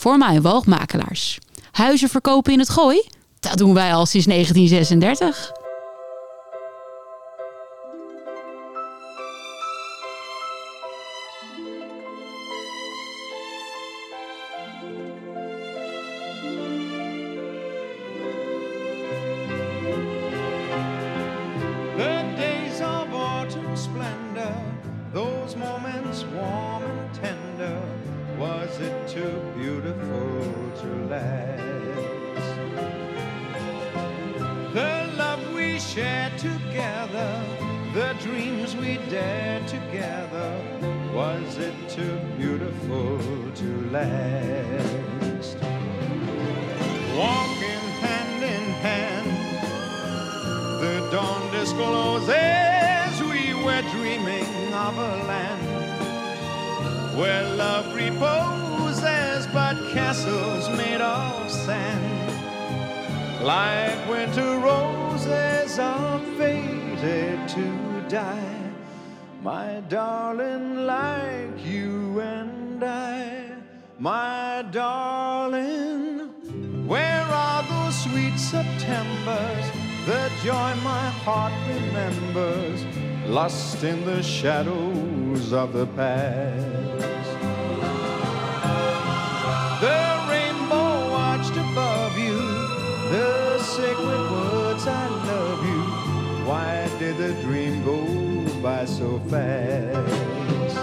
voor maai- en woogmakelaars. Huizen verkopen in het Gooi? Dat doen wij al sinds 1936. The days of autumn splendor, those moments warm and tender, was it too beautiful to last? The love we shared together, the dreams we dared together, was it too beautiful to last? Walking hand in hand, the dawn discloses we were dreaming of a land where love reposes but castles made of sand, like winter roses are fated to die, my darling, like you and I, my darling. Where are those sweet Septembers, the joy my heart remembers, lost in the shadows of the past? The rainbow watched above you, the sacred words, I love you. Why did the dream go by so fast?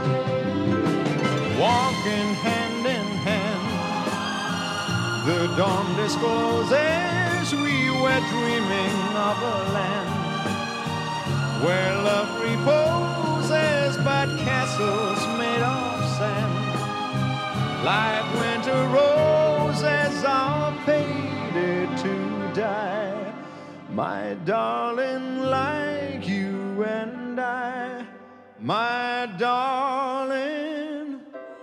Walking hand in hand, the dawn discloses we were dreaming of a land where love reposes but castles made of sand, like winter roses are faded to die, my darling, like you and I, my darling.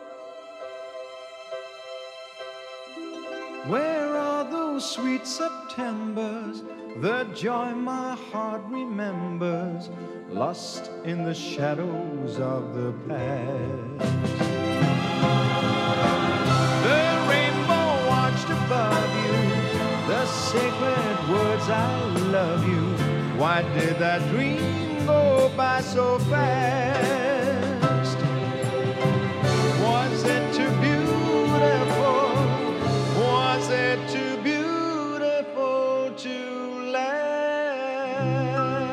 Where are those sweet Septembers, the joy my heart remembers, lost in the shadows of the past? The rainbow watched above you, the sacred words, I love you. Why did that dream go by so fast? Was it too beautiful? Was it too beautiful to last?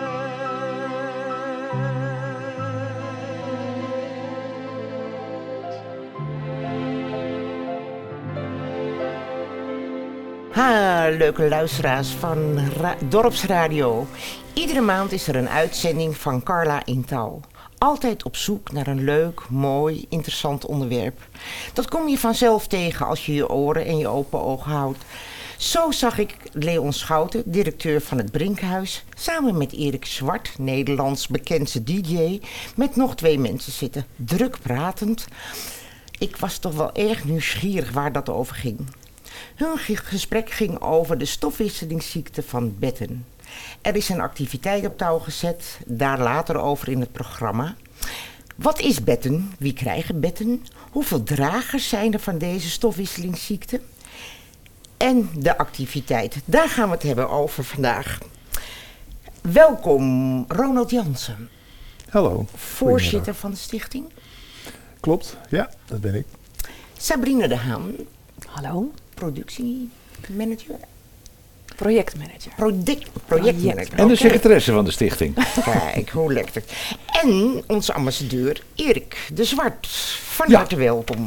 Leuke luisteraars van Dorpsradio. Iedere maand is er een uitzending van Carla in Touw. Altijd op zoek naar een leuk, mooi, interessant onderwerp. Dat kom je vanzelf tegen als je je oren en je open ogen houdt. Zo zag ik Leon Schouten, directeur van het Brinkhuis, samen met Erik Zwart, Nederlands bekendste DJ, met nog 2 mensen zitten, druk pratend. Ik was toch wel erg nieuwsgierig waar dat over ging. Hun gesprek ging over de stofwisselingsziekte van Betten. Er is een activiteit op touw gezet, daar later over in het programma. Wat is Betten? Wie krijgen Betten? Hoeveel dragers zijn er van deze stofwisselingsziekte? En de activiteit, daar gaan we het hebben over vandaag. Welkom, Ronald Jansen. Hallo. Voorzitter van de stichting. Klopt, ja, dat ben ik. Sabrina de Haan. Hallo. Productiemanager. Projectmanager. Projectmanager. En de secretaresse van de stichting. Kijk, hoe lekker. En onze ambassadeur Erik de Zwart. Van harte welkom.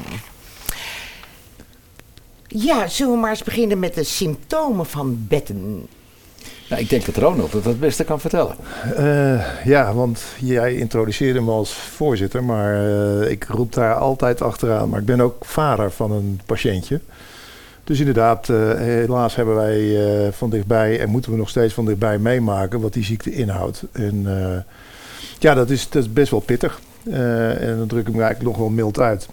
Ja, zullen we maar eens beginnen met de symptomen van Betten? Nou, ik denk dat Ronald het beste kan vertellen. Ja, want jij introduceerde me als voorzitter, maar ik roep daar altijd achteraan. Maar ik ben ook vader van een patiëntje. Dus inderdaad, helaas hebben wij van dichtbij en moeten we nog steeds van dichtbij meemaken wat die ziekte inhoudt. En ja, dat is best wel pittig. En dan druk ik me eigenlijk nog wel mild uit.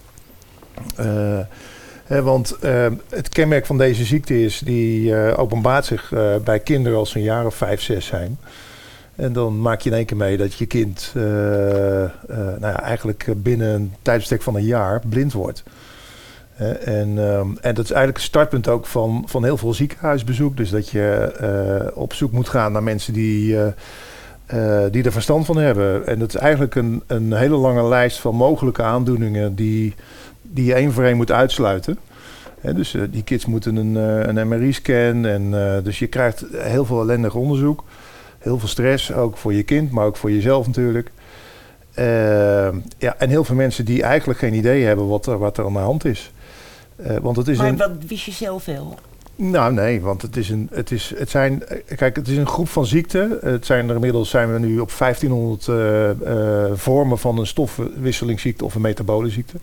Want het kenmerk van deze ziekte is, die openbaart zich bij kinderen als ze een jaar of 5, 6 zijn. En dan maak je in één keer mee dat je kind eigenlijk binnen een tijdsbestek van een jaar blind wordt. En dat is eigenlijk het startpunt ook van heel veel ziekenhuisbezoek. Dus dat je op zoek moet gaan naar mensen die er verstand van hebben. En dat is eigenlijk een hele lange lijst van mogelijke aandoeningen die je één voor één moet uitsluiten. Dus die kids moeten een MRI-scan. En dus je krijgt heel veel ellendig onderzoek. Heel veel stress, ook voor je kind, maar ook voor jezelf natuurlijk. En heel veel mensen die eigenlijk geen idee hebben wat er aan de hand is. Want het is wat wist je zelf wel? Nou nee, want het is een groep van ziekten. Inmiddels zijn we nu op 1500 vormen van een stofwisselingsziekte of een metabole ziekte.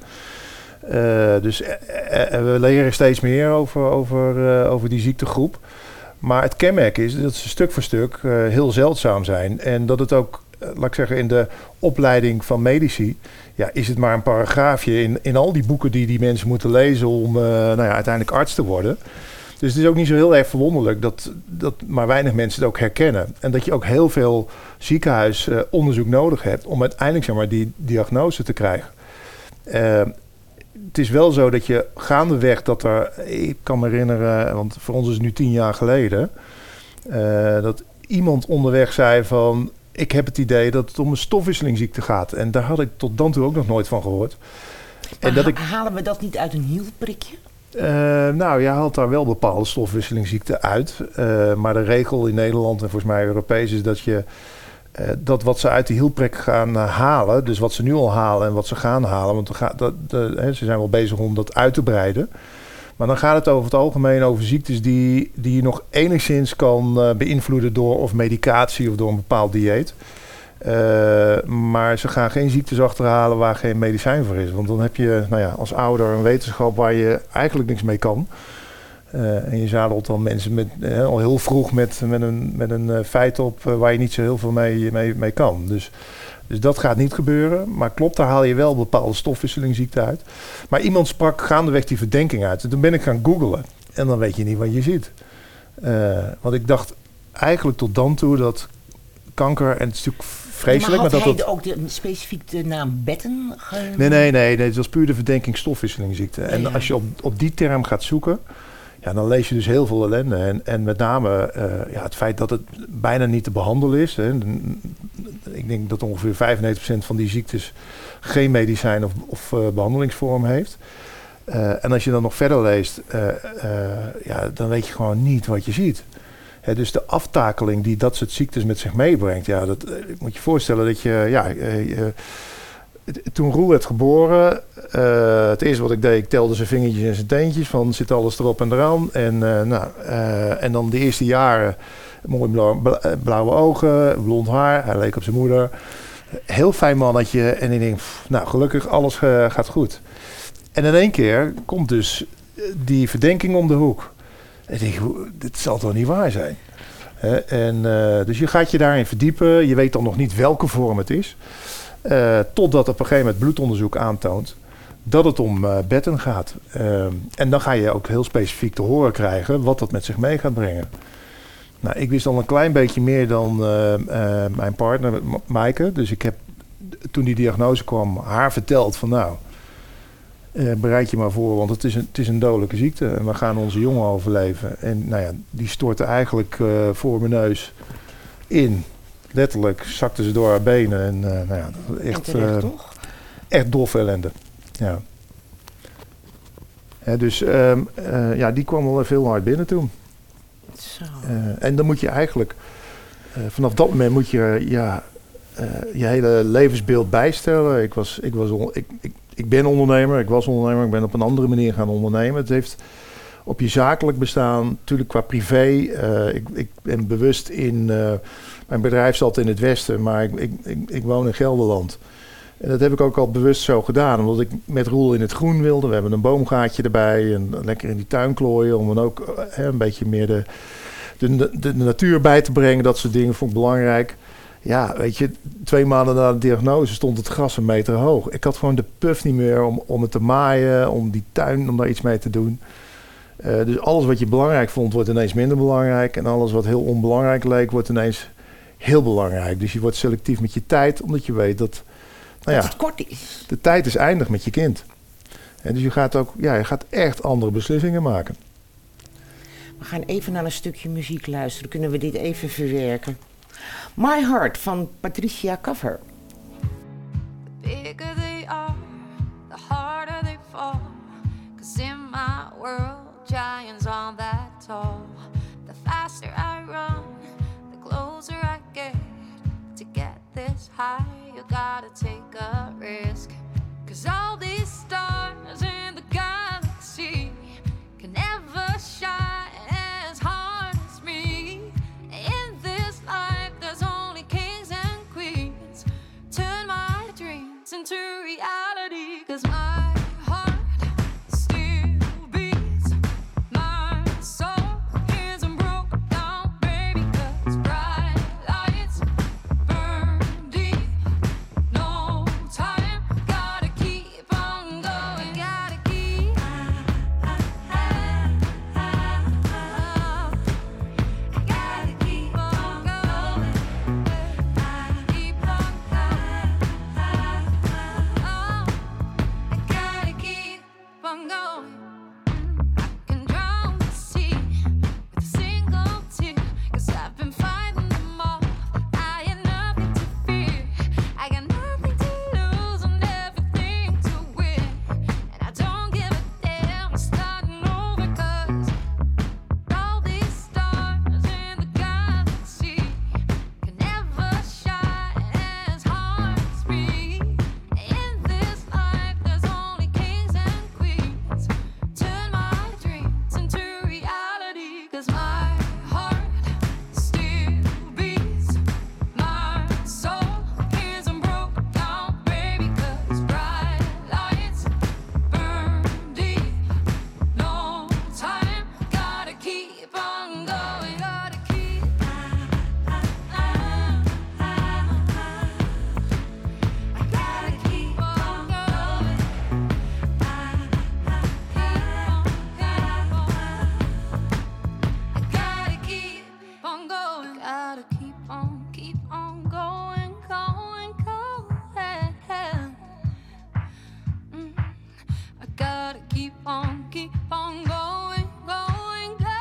Dus we leren steeds meer over die ziektegroep. Maar het kenmerk is dat ze stuk voor stuk heel zeldzaam zijn. En dat het ook, laat ik zeggen, in de opleiding van medici, is het maar een paragraafje in al die boeken die mensen moeten lezen om uiteindelijk arts te worden. Dus het is ook niet zo heel erg verwonderlijk dat maar weinig mensen het ook herkennen. En dat je ook heel veel ziekenhuisonderzoek nodig hebt om uiteindelijk die diagnose te krijgen. Het is wel zo dat je gaandeweg ik kan me herinneren, want voor ons is het nu 10 jaar geleden, dat iemand onderweg zei van, ik heb het idee dat het om een stofwisselingsziekte gaat. En daar had ik tot dan toe ook nog nooit van gehoord. Halen we dat niet uit een hielprikje? Je haalt daar wel bepaalde stofwisselingsziekten uit. Maar de regel in Nederland en volgens mij Europees is dat je dat wat ze uit de hielprik gaan halen, dus wat ze nu al halen en wat ze gaan halen, want ze zijn wel bezig om dat uit te breiden. Maar dan gaat het over het algemeen over ziektes die je nog enigszins kan beïnvloeden door of medicatie of door een bepaald dieet. Maar ze gaan geen ziektes achterhalen waar geen medicijn voor is. Want dan heb je als ouder een wetenschap waar je eigenlijk niks mee kan. En je zadelt dan mensen al heel vroeg met een feit op waar je niet zo heel veel mee kan. Dus dat gaat niet gebeuren. Maar klopt, daar haal je wel bepaalde stofwisselingsziekten uit. Maar iemand sprak gaandeweg die verdenking uit. En toen ben ik gaan googlen. En dan weet je niet wat je ziet. Want ik dacht eigenlijk tot dan toe dat kanker, en het is natuurlijk vreselijk. Maar had hij ook specifiek de naam Betten? Nee, het was puur de verdenking stofwisselingsziekte. En als je op die term gaat zoeken, dan lees je dus heel veel ellende. En met name het feit dat het bijna niet te behandelen is. Hè. Ik denk dat ongeveer 95% van die ziektes geen medicijn of behandelingsvorm heeft. En als je dan nog verder leest, dan weet je gewoon niet wat je ziet. Dus de aftakeling die dat soort ziektes met zich meebrengt. Dat moet je voorstellen dat je... Toen Roel werd geboren, het eerste wat ik deed, ik telde zijn vingertjes en zijn teentjes. Van zit alles erop en eraan. En dan de eerste jaren, mooi blauwe ogen, blond haar. Hij leek op zijn moeder. Heel fijn mannetje. En ik denk, gelukkig, alles gaat goed. En in één keer komt dus die verdenking om de hoek. En ik denk, dit zal toch niet waar zijn? Dus je gaat je daarin verdiepen. Je weet dan nog niet welke vorm het is. Totdat op een gegeven moment bloedonderzoek aantoont dat het om Betten gaat. En dan ga je ook heel specifiek te horen krijgen wat dat met zich mee gaat brengen. Ik wist al een klein beetje meer dan mijn partner, Maaike. Dus ik heb toen die diagnose kwam haar verteld van bereid je maar voor, want het is een dodelijke ziekte. En we gaan onze jongen overleven. En die stortte eigenlijk voor mijn neus in. Letterlijk zakte ze door haar benen. En echt, terecht, toch? Echt doffe ellende. Ja. Dus die kwam wel veel hard binnen toen. Zo. En dan moet je eigenlijk... vanaf dat moment moet je je hele levensbeeld bijstellen. Ik ben ondernemer, ik was ondernemer. Ik ben op een andere manier gaan ondernemen. Het heeft op je zakelijk bestaan, natuurlijk qua privé. Ik ben bewust in... mijn bedrijf zat in het westen, maar ik woon in Gelderland. En dat heb ik ook al bewust zo gedaan, omdat ik met Roel in het groen wilde. We hebben een boomgaatje erbij en lekker in die tuin klooien, om dan ook een beetje meer de natuur bij te brengen. Dat soort dingen vond ik belangrijk. Ja, weet je, 2 maanden na de diagnose stond het gras 1 meter hoog. Ik had gewoon de puff niet meer om het te maaien, om die tuin, om daar iets mee te doen. Dus alles wat je belangrijk vond, wordt ineens minder belangrijk. En alles wat heel onbelangrijk leek, wordt ineens heel belangrijk. Dus je wordt selectief met je tijd, omdat je weet dat het kort is. De tijd is eindig met je kind. En dus je gaat echt andere beslissingen maken. We gaan even naar een stukje muziek luisteren. Kunnen we dit even verwerken? My Heart van Patricia Cover. The bigger they are, the harder they fall. 'Cause in my world, giants aren't that tall. The faster I run, the closer I get. To get this high, you gotta take a risk. 'Cause all these stars in the galaxy can never shine as hard as me. In this life, there's only kings and queens. Turn my dreams into reality. 'Cause my heart still beats. My soul isn't broken down, baby. 'Cause bright lights burn deep. No time, gotta keep on going. Gotta keep gotta keep on going. Keep on gotta keep on going. I can drown the sea with a single tear. 'Cause I've been fighting them all. I had nothing to fear. I got nothing to lose and everything to win. And I don't give a damn, I'm starting over. 'Cause all these stars in the galaxy can never shine as hard as me. In this life, there's only kings and queens. Turn my dreams into reality. 'Cause my heart still beats. My soul isn't broken down, baby. 'Cause bright lights burn deep. No time, gotta keep on going. Gotta keep I gotta keep on going. I gotta keep on going. Gotta keep on going, going, going. I gotta keep on going, going, going.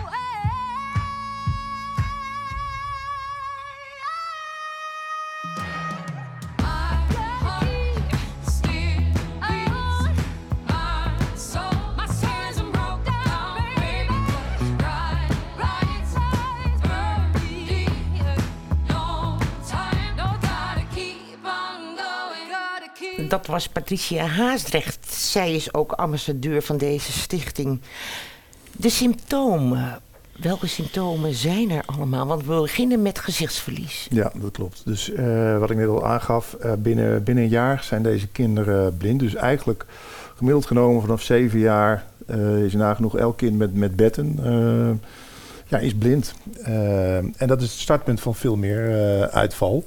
My heart still beats. My soul isn't broken down, baby. 'Cause bright lights burn deep. No time, no, gotta keep on going. Gotta keep. Dat was Patricia Haasdrecht. Zij is ook ambassadeur van deze stichting. De symptomen. Welke symptomen zijn er allemaal? Want we beginnen met gezichtsverlies. Ja, dat klopt. Dus wat ik net al aangaf, binnen een jaar zijn deze kinderen blind. Dus eigenlijk gemiddeld genomen vanaf 7 jaar is nagenoeg elk kind met betten is blind. En dat is het startpunt van veel meer uitval.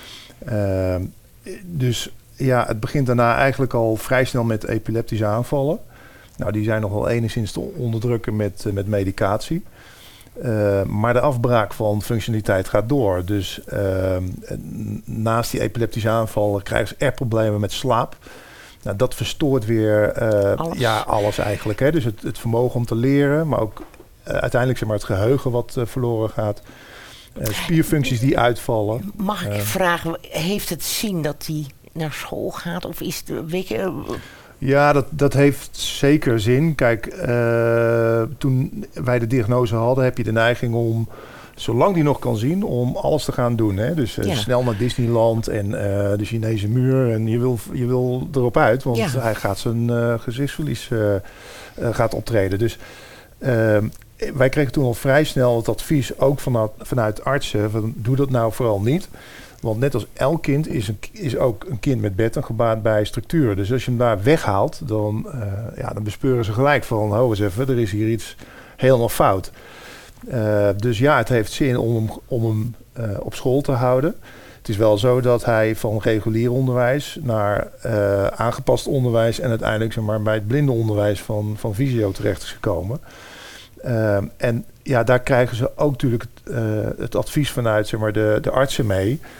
Dus ja, het begint daarna eigenlijk al vrij snel met epileptische aanvallen. Nou, die zijn nog wel enigszins te onderdrukken met medicatie. Maar de afbraak van functionaliteit gaat door. Dus naast die epileptische aanvallen krijgen ze echt problemen met slaap. Nou, dat verstoort weer alles eigenlijk. Hè? Dus het vermogen om te leren, maar ook uiteindelijk zeg maar, het geheugen wat verloren gaat. Spierfuncties die uitvallen. Mag ik vragen, heeft het zin dat hij naar school gaat? Of is het, weet je... Ja, dat heeft zeker zin. Kijk, toen wij de diagnose hadden, heb je de neiging om, zolang die nog kan zien, om alles te gaan doen. Hè? Dus snel naar Disneyland en de Chinese muur. En je wil erop uit, want hij gaat zijn gezichtsverlies gaat optreden. Dus wij kregen toen al vrij snel het advies, ook vanuit artsen, van, doe dat nou vooral niet. Want net als elk kind is ook een kind met betten gebaat bij structuur. Dus als je hem daar weghaalt, dan bespeuren ze gelijk van... ho eens even, er is hier iets helemaal fout. Dus ja, het heeft zin om hem op school te houden. Het is wel zo dat hij van regulier onderwijs naar aangepast onderwijs... en uiteindelijk zeg maar, bij het blinde onderwijs van Visio terecht is gekomen. En ja, daar krijgen ze ook natuurlijk het advies vanuit zeg maar, de artsen mee...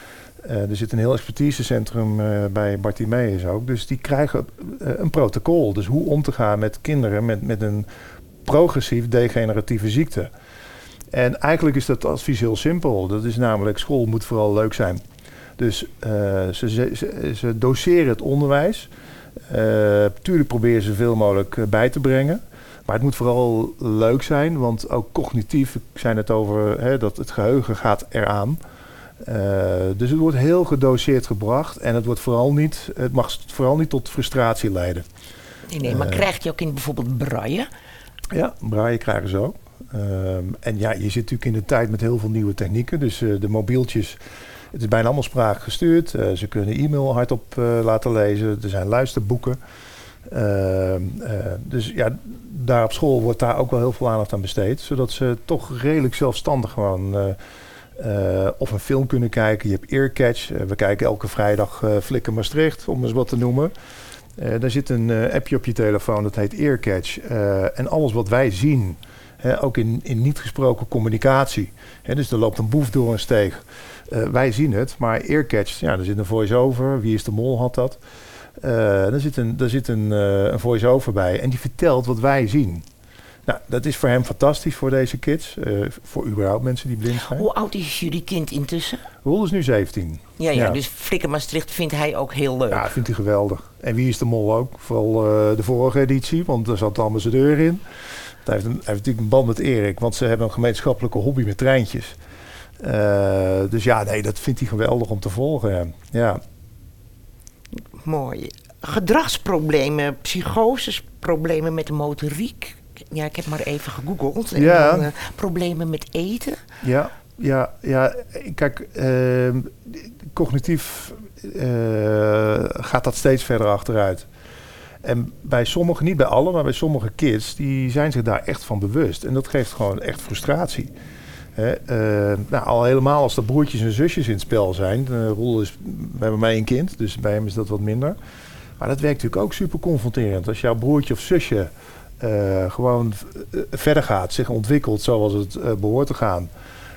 Er zit een heel expertisecentrum bij Bartimeus ook. Dus die krijgen een protocol. Dus hoe om te gaan met kinderen met een progressief degeneratieve ziekte. En eigenlijk is dat advies heel simpel. Dat is namelijk, school moet vooral leuk zijn. Dus ze doseren het onderwijs. Tuurlijk proberen ze zoveel mogelijk bij te brengen. Maar het moet vooral leuk zijn, want ook cognitief, ik zei het over, dat het geheugen gaat eraan. Dus het wordt heel gedoseerd gebracht en het mag vooral niet tot frustratie leiden. Nee, maar krijgt je ook in bijvoorbeeld braille? Ja, braille krijgen ze ook. En ja, je zit natuurlijk in de tijd met heel veel nieuwe technieken. Dus de mobieltjes, het is bijna allemaal spraakgestuurd. Ze kunnen e-mail hardop laten lezen. Er zijn luisterboeken. Dus ja, daar op school wordt daar ook wel heel veel aandacht aan besteed. Zodat ze toch redelijk zelfstandig gewoon of een film kunnen kijken. Je hebt Earcatch. We kijken elke vrijdag Flikker Maastricht, om eens wat te noemen. Daar zit een appje op je telefoon, dat heet Earcatch. En alles wat wij zien, ook in niet gesproken communicatie. Dus er loopt een boef door een steeg. Wij zien het, maar Earcatch, ja, er zit een voice-over. Wie is de mol had dat. Daar zit een voice-over bij en die vertelt wat wij zien. Nou, dat is voor hem fantastisch, voor deze kids. Voor überhaupt mensen die blind zijn. Hoe oud is jullie kind intussen? Roel is nu 17. Ja, dus Flikker Maastricht vindt hij ook heel leuk. Ja, vindt hij geweldig. En Wie is de Mol ook. Vooral de vorige editie, want daar zat de ambassadeur in. Hij heeft natuurlijk een band met Erik, want ze hebben een gemeenschappelijke hobby met treintjes. Dus ja, nee, dat vindt hij geweldig om te volgen. Ja. Mooi. Gedragsproblemen, psychoses, problemen met de motoriek. Ja, ik heb maar even gegoogeld. En Ja. dan, problemen met eten. Ja. Kijk, cognitief gaat dat steeds verder achteruit. En bij sommigen, niet bij allen, maar bij sommige kids, die zijn zich daar echt van bewust. En dat geeft gewoon echt frustratie. Al helemaal als er broertjes en zusjes in het spel zijn. Roel is bij mij een kind, dus bij hem is dat wat minder. Maar dat werkt natuurlijk ook super confronterend. Als jouw broertje of zusje gewoon verder gaat, zich ontwikkelt zoals het behoort te gaan.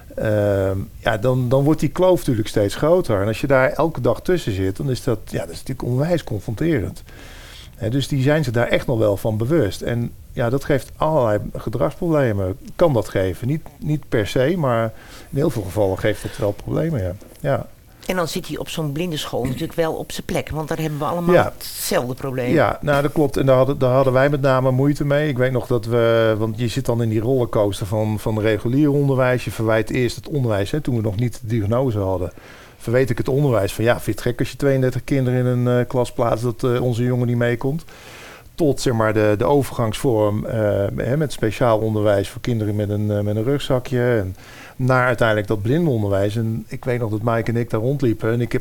Dan wordt die kloof natuurlijk steeds groter. En als je daar elke dag tussen zit, dan is dat is natuurlijk onwijs confronterend. Dus die zijn zich daar echt nog wel van bewust. En ja, dat geeft allerlei gedragsproblemen. Kan dat geven. Niet per se, maar in heel veel gevallen geeft dat wel problemen. Ja. En dan zit hij op zo'n blindenschool natuurlijk wel op zijn plek. Want daar hebben we allemaal hetzelfde probleem. Ja, nou dat klopt. En daar hadden wij met name moeite mee. Ik weet nog dat want je zit dan in die rollercoaster van regulier onderwijs. Je verwijt eerst het onderwijs, toen we nog niet de diagnose hadden. Verweet ik het onderwijs van, vind je het gek als je 32 kinderen in een klas plaatst dat onze jongen niet meekomt. Tot zeg maar de overgangsvorm met speciaal onderwijs voor kinderen met een rugzakje. En naar uiteindelijk dat blindenonderwijs. En ik weet nog dat Mike en ik daar rondliepen. En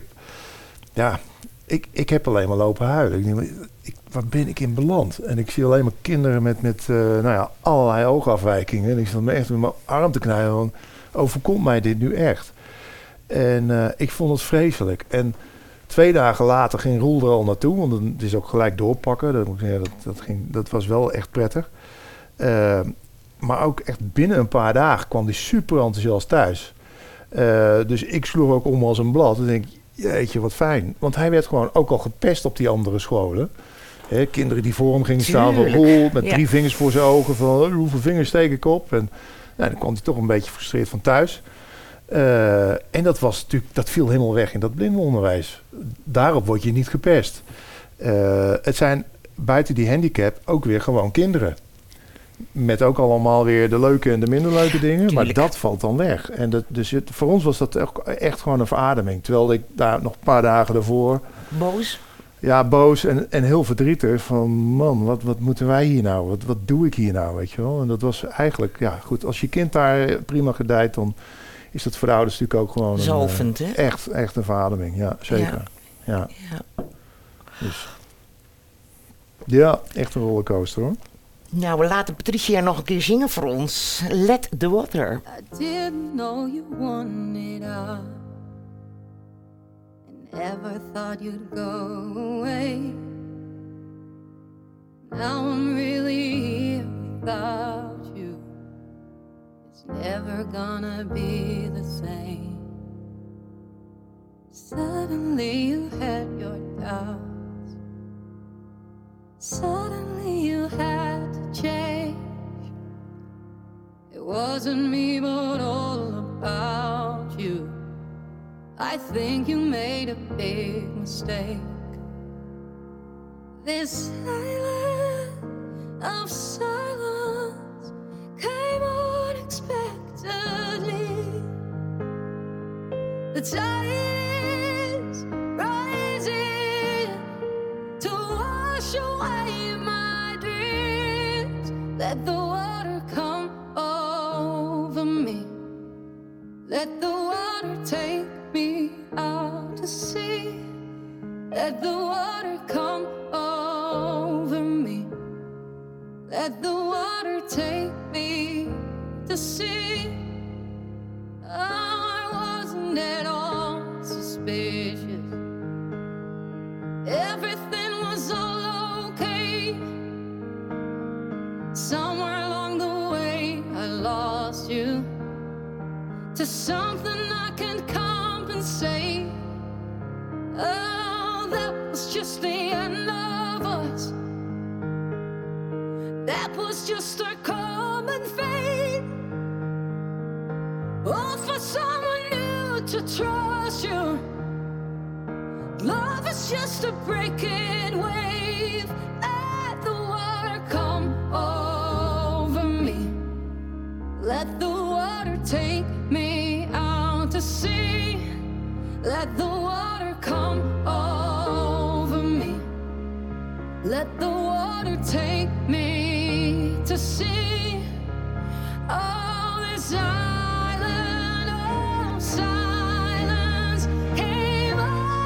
ik heb alleen maar lopen huilen. Ik denk, waar ben ik in beland? En ik zie alleen maar kinderen met allerlei oogafwijkingen. En ik zat me echt met mijn arm te knijpen van, overkomt mij dit nu echt? En ik vond het vreselijk. En 2 dagen later ging Roel er al naartoe, want het is ook gelijk doorpakken. Dat was wel echt prettig. Maar ook echt binnen een paar dagen kwam hij super enthousiast thuis. Dus ik sloeg ook om als een blad. En denk, jeetje, wat fijn. Want hij werd gewoon ook al gepest op die andere scholen. Kinderen die voor hem gingen staan van Roel met 3 vingers voor zijn ogen. Van, hoeveel vingers steek ik op? En dan kwam hij toch een beetje gefrustreerd van thuis. En dat viel helemaal weg in dat blindenonderwijs. Daarop word je niet gepest. Het zijn buiten die handicap ook weer gewoon kinderen. Met ook allemaal weer de leuke en de minder leuke dingen. Tuurlijk. Maar dat valt dan weg. En voor ons was dat echt gewoon een verademing. Terwijl ik daar nog een paar dagen daarvoor... Boos? Ja, boos en heel verdrietig. Van man, wat moeten wij hier nou? Wat doe ik hier nou? Weet je wel? En dat was eigenlijk... Ja, goed. Als je kind daar prima gedijt, dan is dat voor de ouders natuurlijk ook gewoon... Zalvend, hè? Echt een verademing. Ja, zeker. Ja. Dus... Ja, echt een rollercoaster hoor. Nou, we laten Patricia nog een keer zingen voor ons. Let the Water. I didn't know you wanted out. And never thought you'd go away. Now I'm really here without you. It's never gonna be the same. Suddenly you had your doubts. Suddenly you had to change. It wasn't me, but all about you. I think you made a big mistake. This island of silence came unexpectedly. The tide is rising to wash away my dreams. Let the water come over me. Let the water take me out to sea. Let the water come over me. Let the water take me to sea. I wasn't at all suspicious. Everything was all okay. Somewhere along the way I lost you to something I can compensate. Oh, that was just the end of us. That was just our common fate. Oh, for someone new to trust you. Love is just a breaking wave. Let the water come over me. Let the water take me out to sea. Let the water come over me. Let the water take me to sea. Oh, this island of silence came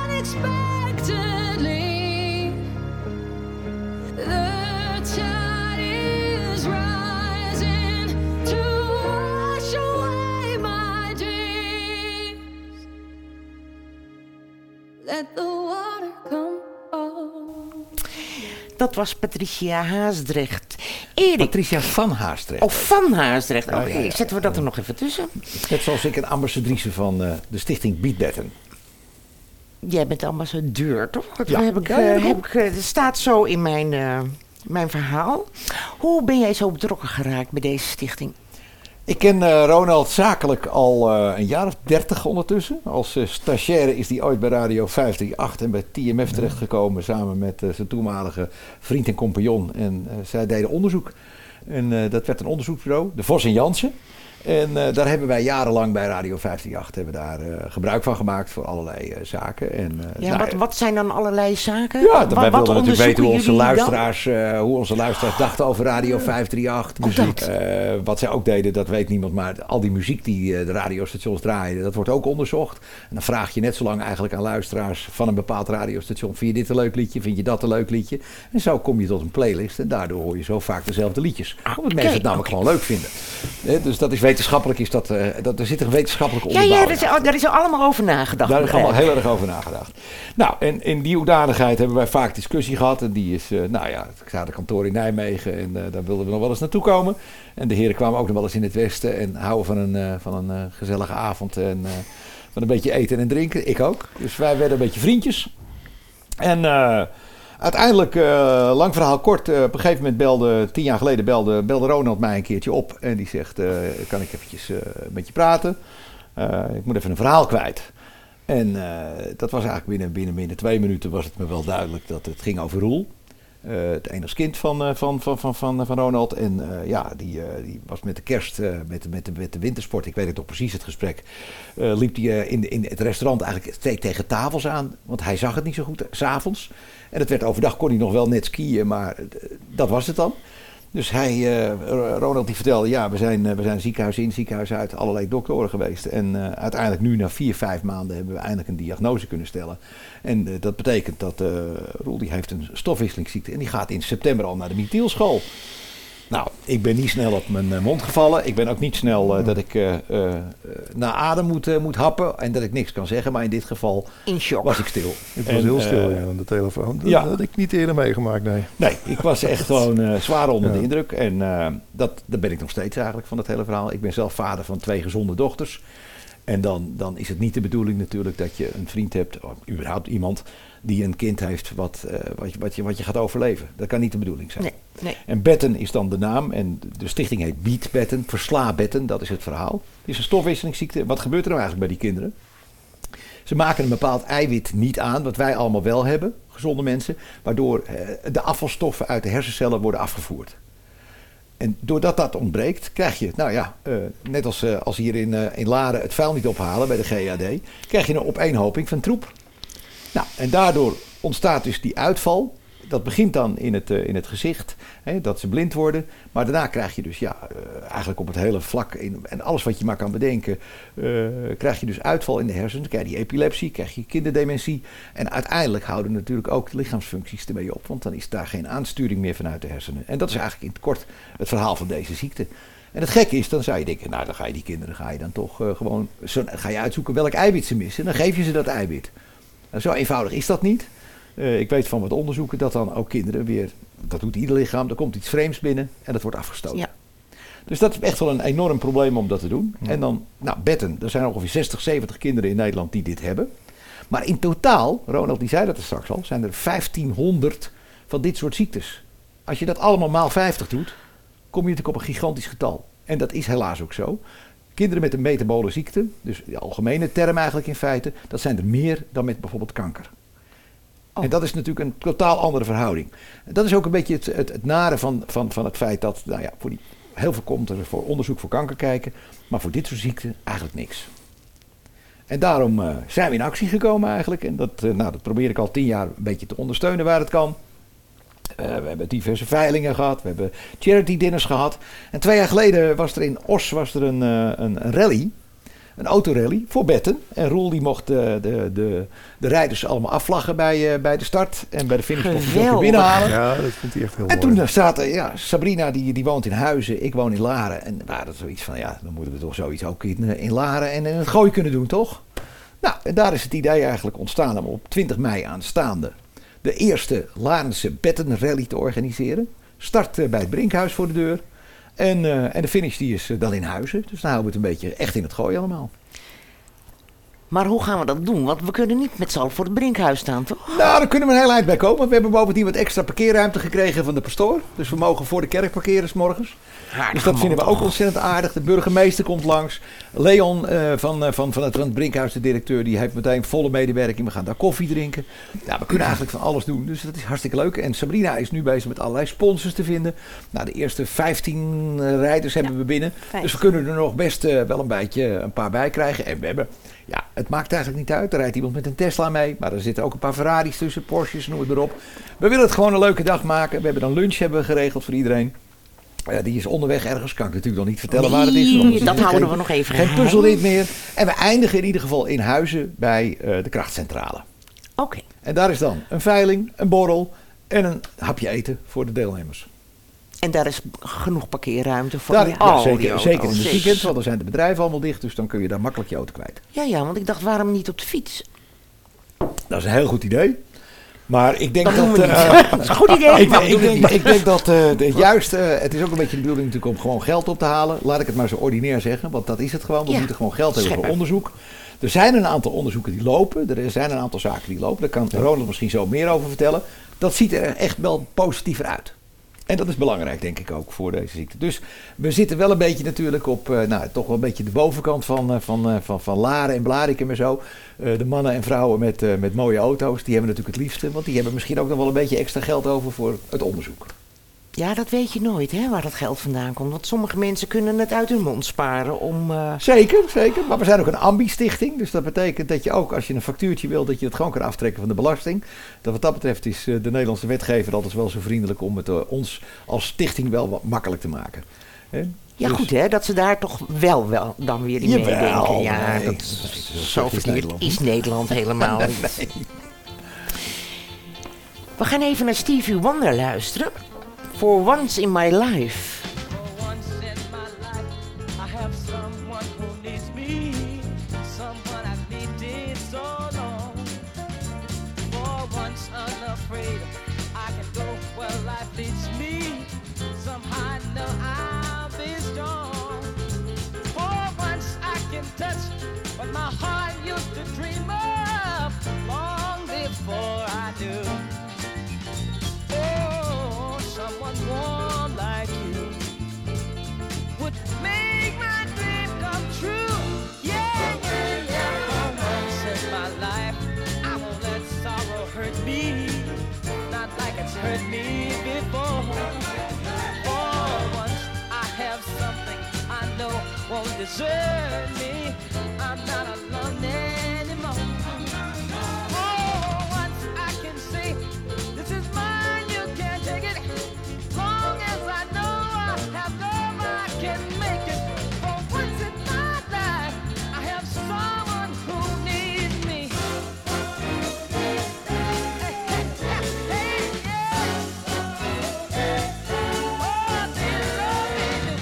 unexpectedly. The tide is rising to wash away my dreams. Let the water come over. Dat was Patricia Haasdrecht. Erik. Patricia van Haasdrecht. Of van Haasdrecht. Oké, Ja. zetten we dat er nog even tussen. Net zoals ik een ambassadrice van de stichting Beatbetten. Jij bent ambassadeur, toch? Dat Ja. heb ik, Ja, ja, heb ik, het staat zo in mijn verhaal. Hoe ben jij zo betrokken geraakt bij deze stichting? Ik ken Ronald zakelijk al een jaar of 30 ondertussen. Als stagiaire is hij ooit bij Radio 538 en bij TMF terechtgekomen samen met zijn toenmalige vriend en compagnon. En zij deden onderzoek. En dat werd een onderzoeksbureau, de Vos en Jansen. En daar hebben wij jarenlang bij Radio 538 hebben daar, gebruik van gemaakt voor allerlei zaken. En, Wat zijn dan allerlei zaken? Ja, wij wilden natuurlijk weten hoe onderzoeken hoe onze luisteraars dachten over Radio 538. Wat zij ook deden, dat weet niemand. Maar al die muziek die de radiostations draaiden, dat wordt ook onderzocht. En dan vraag je net zo lang eigenlijk aan luisteraars van een bepaald radiostation. Vind je dit een leuk liedje? Vind je dat een leuk liedje? En zo kom je tot een playlist. En daardoor hoor je zo vaak dezelfde liedjes. Omdat mensen het namelijk gewoon leuk vinden. Dus dat is wetenschappelijk. Er zit een wetenschappelijke onderbouwing. Ja, daar is er allemaal over nagedacht. Daar is allemaal heel erg over nagedacht. Nou, en in die hoedanigheid hebben wij vaak discussie gehad. En die is, ik sta de kantoor in Nijmegen en daar wilden we nog wel eens naartoe komen. En de heren kwamen ook nog wel eens in het westen en houden van een gezellige avond en van een beetje eten en drinken. Ik ook. Dus wij werden een beetje vriendjes. En uiteindelijk, lang verhaal kort, op een gegeven moment 10 jaar geleden belde Ronald mij een keertje op. En die zegt, kan ik eventjes met je praten? Ik moet even een verhaal kwijt. En dat was eigenlijk binnen 2 minuten was het me wel duidelijk dat het ging over Roel. Het enigste kind van Ronald. En die was met de kerst, met de wintersport, ik weet het toch precies het gesprek, liep hij in het restaurant eigenlijk tegen tafels aan. Want hij zag het niet zo goed, 's avonds. En het werd overdag, kon hij nog wel net skiën, maar dat was het dan. Dus Ronald die vertelde, ja, we zijn ziekenhuis in, ziekenhuis uit, allerlei doktoren geweest. En uiteindelijk nu na 4-5 maanden hebben we eindelijk een diagnose kunnen stellen. En dat betekent dat Roel die heeft een stofwisselingsziekte en die gaat in september al naar de methylschool. Nou, ik ben niet snel op mijn mond gevallen. Ik ben ook niet snel dat ik naar adem moet happen en dat ik niks kan zeggen. Maar in dit geval in shock. Was ik stil. Het was heel stil aan de telefoon. Dat had ik niet eerder meegemaakt, nee. Nee, ik was echt gewoon zwaar onder de indruk. En dat ben ik nog steeds eigenlijk van het hele verhaal. Ik ben zelf vader van 2 gezonde dochters. En dan is het niet de bedoeling natuurlijk dat je een vriend hebt, of überhaupt iemand die een kind heeft wat je gaat overleven. Dat kan niet de bedoeling zijn. Nee. En Betten is dan de naam en de stichting heet Beat Betten, versla Betten, dat is het verhaal. Het is een stofwisselingsziekte. Wat gebeurt er nou eigenlijk bij die kinderen? Ze maken een bepaald eiwit niet aan, wat wij allemaal wel hebben, gezonde mensen, waardoor de afvalstoffen uit de hersencellen worden afgevoerd. En doordat dat ontbreekt, krijg je, net als hier in Laren het vuil niet ophalen bij de GAD, krijg je een opeenhoping van troep. Nou, en daardoor ontstaat dus die uitval. Dat begint dan in het gezicht, dat ze blind worden. Maar daarna krijg je dus eigenlijk op het hele vlak, en alles wat je maar kan bedenken, krijg je dus uitval in de hersenen. Dan krijg je epilepsie, krijg je kinderdementie. En uiteindelijk houden natuurlijk ook de lichaamsfuncties ermee op. Want dan is daar geen aansturing meer vanuit de hersenen. En dat is eigenlijk in het kort het verhaal van deze ziekte. En het gekke is, dan zou je denken, nou dan ga je die kinderen dan toch gewoon, ga je uitzoeken welk eiwit ze missen. Dan geef je ze dat eiwit. Nou, zo eenvoudig is dat niet. Ik weet van wat onderzoeken dat dan ook kinderen weer, dat doet ieder lichaam, er komt iets vreemds binnen en dat wordt afgestoten. Ja. Dus dat is echt wel een enorm probleem om dat te doen. Ja. En dan, Betten, er zijn ongeveer 60, 70 kinderen in Nederland die dit hebben. Maar in totaal, Ronald die zei dat er straks al, zijn er 1500 van dit soort ziektes. Als je dat allemaal maal 50 doet, kom je natuurlijk op een gigantisch getal. En dat is helaas ook zo. Kinderen met een metabole ziekte, dus de algemene term eigenlijk in feite, dat zijn er meer dan met bijvoorbeeld kanker. Oh. En dat is natuurlijk een totaal andere verhouding. En dat is ook een beetje het nare van het feit dat, heel veel komt er voor onderzoek voor kanker kijken, maar voor dit soort ziekten eigenlijk niks. En daarom zijn we in actie gekomen eigenlijk. En dat probeer ik al 10 jaar een beetje te ondersteunen waar het kan. We hebben diverse veilingen gehad, we hebben charity dinners gehad. En 2 jaar geleden was er in Os een rally. Een autorally voor Betten. En Roel die mocht de rijders allemaal afvlaggen bij de start. En bij de finish mocht hij ook binnenhalen. Ja, dat vond hij echt heel mooi. En toen zaten, Sabrina die woont in Huizen, ik woon in Laren. En we hadden zoiets van, dan moeten we toch zoiets ook in Laren en in het Gooi kunnen doen, toch? Nou, en daar is het idee eigenlijk ontstaan om op 20 mei aanstaande de eerste Larense Betten rally te organiseren. Start bij het Brinkhuis voor de deur. En de finish die is dan in Huizen. Dus dan houden we het een beetje echt in het Gooi allemaal. Maar hoe gaan we dat doen? Want we kunnen niet met z'n allen voor het Brinkhuis staan, toch? Nou, daar kunnen we een heel eind bij komen. We hebben bovendien wat extra parkeerruimte gekregen van de pastoor. Dus we mogen voor de kerk parkeren 's morgens. Dus dat vinden we ook ontzettend aardig. De burgemeester komt langs. Leon van het Brinkhuis, de directeur, die heeft meteen volle medewerking. We gaan daar koffie drinken. Ja, we kunnen eigenlijk van alles doen. Dus dat is hartstikke leuk. En Sabrina is nu bezig met allerlei sponsors te vinden. Nou, de eerste 15 rijders hebben we binnen. 15. Dus we kunnen er nog best wel een paar bij krijgen. En we hebben... Ja, het maakt eigenlijk niet uit. Er rijdt iemand met een Tesla mee. Maar er zitten ook een paar Ferraris tussen, Porsches, noem het maar op. We willen het gewoon een leuke dag maken. We hebben dan lunch geregeld voor iedereen. Die is onderweg ergens. Kan ik natuurlijk nog niet vertellen waar het is. Dat houden we nog even. Geen puzzelrit meer. En we eindigen in ieder geval in Huizen bij de krachtcentrale. Oké. En daar is dan een veiling, een borrel en een hapje eten voor de deelnemers. En daar is genoeg parkeerruimte voor zeker in het weekend, want dan zijn de bedrijven allemaal dicht. Dus dan kun je daar makkelijk je auto kwijt. Ja, want ik dacht, waarom niet op de fiets? Dat is een heel goed idee. Maar ik denk dat is een goed idee. Ik denk dat het is ook een beetje de bedoeling natuurlijk om gewoon geld op te halen. Laat ik het maar zo ordinair zeggen, want dat is het gewoon. We moeten gewoon geld hebben voor onderzoek. Er zijn een aantal onderzoeken die lopen. Er zijn een aantal zaken die lopen. Daar kan Ronald misschien zo meer over vertellen. Dat ziet er echt wel positiever uit. En dat is belangrijk, denk ik, ook voor deze ziekte. Dus we zitten wel een beetje natuurlijk op, toch wel een beetje de bovenkant van Laren en Blarikum en zo. De mannen en vrouwen met mooie auto's, die hebben natuurlijk het liefste. Want die hebben misschien ook nog wel een beetje extra geld over voor het onderzoek. Ja, dat weet je nooit, hè, waar dat geld vandaan komt. Want sommige mensen kunnen het uit hun mond sparen om... Zeker. Maar we zijn ook een ambi-stichting. Dus dat betekent dat je ook, als je een factuurtje wil, dat je het gewoon kan aftrekken van de belasting. Dat wat dat betreft is de Nederlandse wetgever altijd wel zo vriendelijk om het ons als stichting wel wat makkelijk te maken. Ja, dus, goed hè, dat ze daar toch wel dan weer in meedenken. Ja, nee, zo verkeerd is Nederland helemaal niet. Nee. We gaan even naar Stevie Wonder luisteren. For once in my life. For once in my life, I have someone who needs me, someone I've needed so long. For once unafraid, I can go where life leads me. Somehow I know I'll be strong. For once I can touch won't desert me. I'm not alone anymore. Oh, once I can say, this is mine, you can't take it. Long as I know I have love, I can make it. For once in my life, I have someone who needs me. Hey, yeah. Oh, do you love me?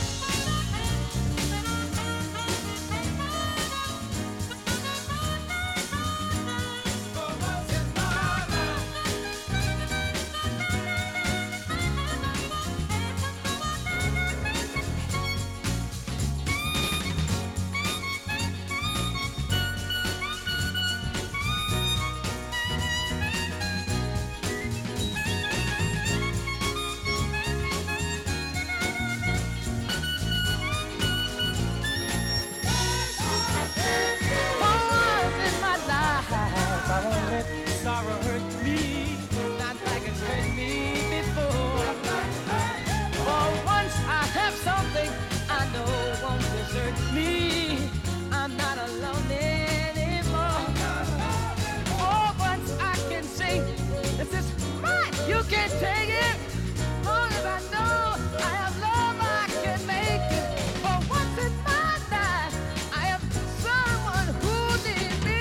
Once in my life, I won't let sorrow hurt me, not like it hurt me before. For once I have something I know won't desert me. I'm not alone anymore. For once I can say, this is mine, you can't take it. Long as I know I have love, I can make it. For once in my life, I have someone who needs me.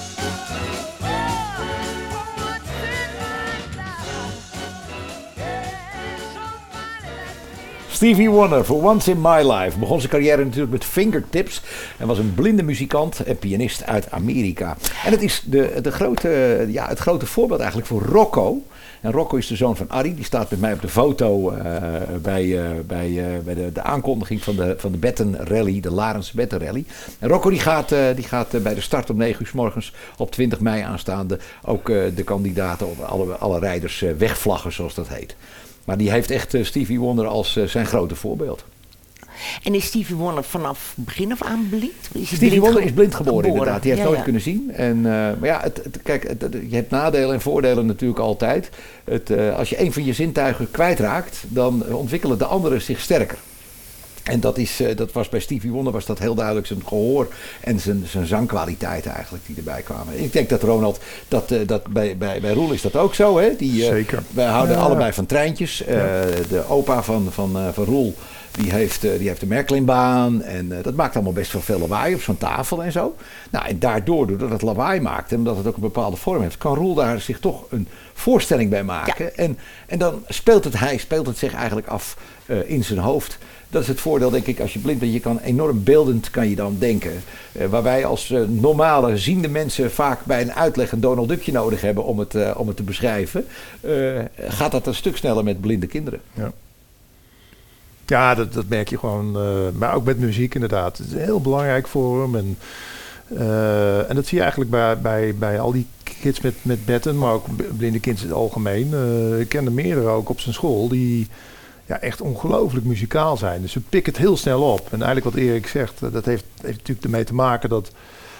Oh, for once in my life, yeah, somebody that needs Stevie Wonder, For Once in My Life. Begon zijn carrière natuurlijk met Fingertips en was een blinde muzikant en pianist uit Amerika. En het is het grote voorbeeld eigenlijk voor Rocco. En Rocco is de zoon van Arie. Die staat met mij op de foto bij de aankondiging van de Betten Rally, de Larense Betten Rally. En Rocco die gaat bij de start om 9 uur 's morgens op 20 mei aanstaande ook de kandidaten, alle rijders wegvlaggen, zoals dat heet. Maar die heeft echt Stevie Wonder als zijn grote voorbeeld. En is Stevie Wonder vanaf begin af aan blind? Stevie Wonder is blind geboren inderdaad. Die heeft Ja, nooit ja. kunnen zien. En, maar ja, je hebt nadelen en voordelen natuurlijk altijd. Als je een van je zintuigen kwijtraakt, dan ontwikkelen de andere zich sterker. En dat was bij Stevie Wonder was dat heel duidelijk zijn gehoor en zijn zangkwaliteiten eigenlijk die erbij kwamen. Ik denk dat Ronald, dat bij Roel is dat ook zo. Hè? Zeker. Wij houden allebei van treintjes. De opa van Roel, die heeft de Märklinbaan en dat maakt allemaal best wel veel lawaai op zo'n tafel en zo. Nou, en doordat het lawaai maakt en omdat het ook een bepaalde vorm heeft, kan Roel daar zich toch een voorstelling bij maken. Ja. En dan speelt het zich eigenlijk af in zijn hoofd. Dat is het voordeel, denk ik, als je blind bent. Je kan enorm beeldend kan je dan denken. Waar wij als normale ziende mensen vaak bij een uitleg een Donald Duckje nodig hebben om het te beschrijven. Gaat dat een stuk sneller met blinde kinderen. Ja. Ja, dat merk je gewoon. Maar ook met muziek inderdaad. Het is heel belangrijk voor hem. En dat zie je eigenlijk bij al die kids met betten, maar ook blinde kids in het algemeen. Ik ken er meerdere ook op zijn school die echt ongelooflijk muzikaal zijn. Dus ze pikken het heel snel op. En eigenlijk wat Erik zegt, dat heeft natuurlijk ermee te maken dat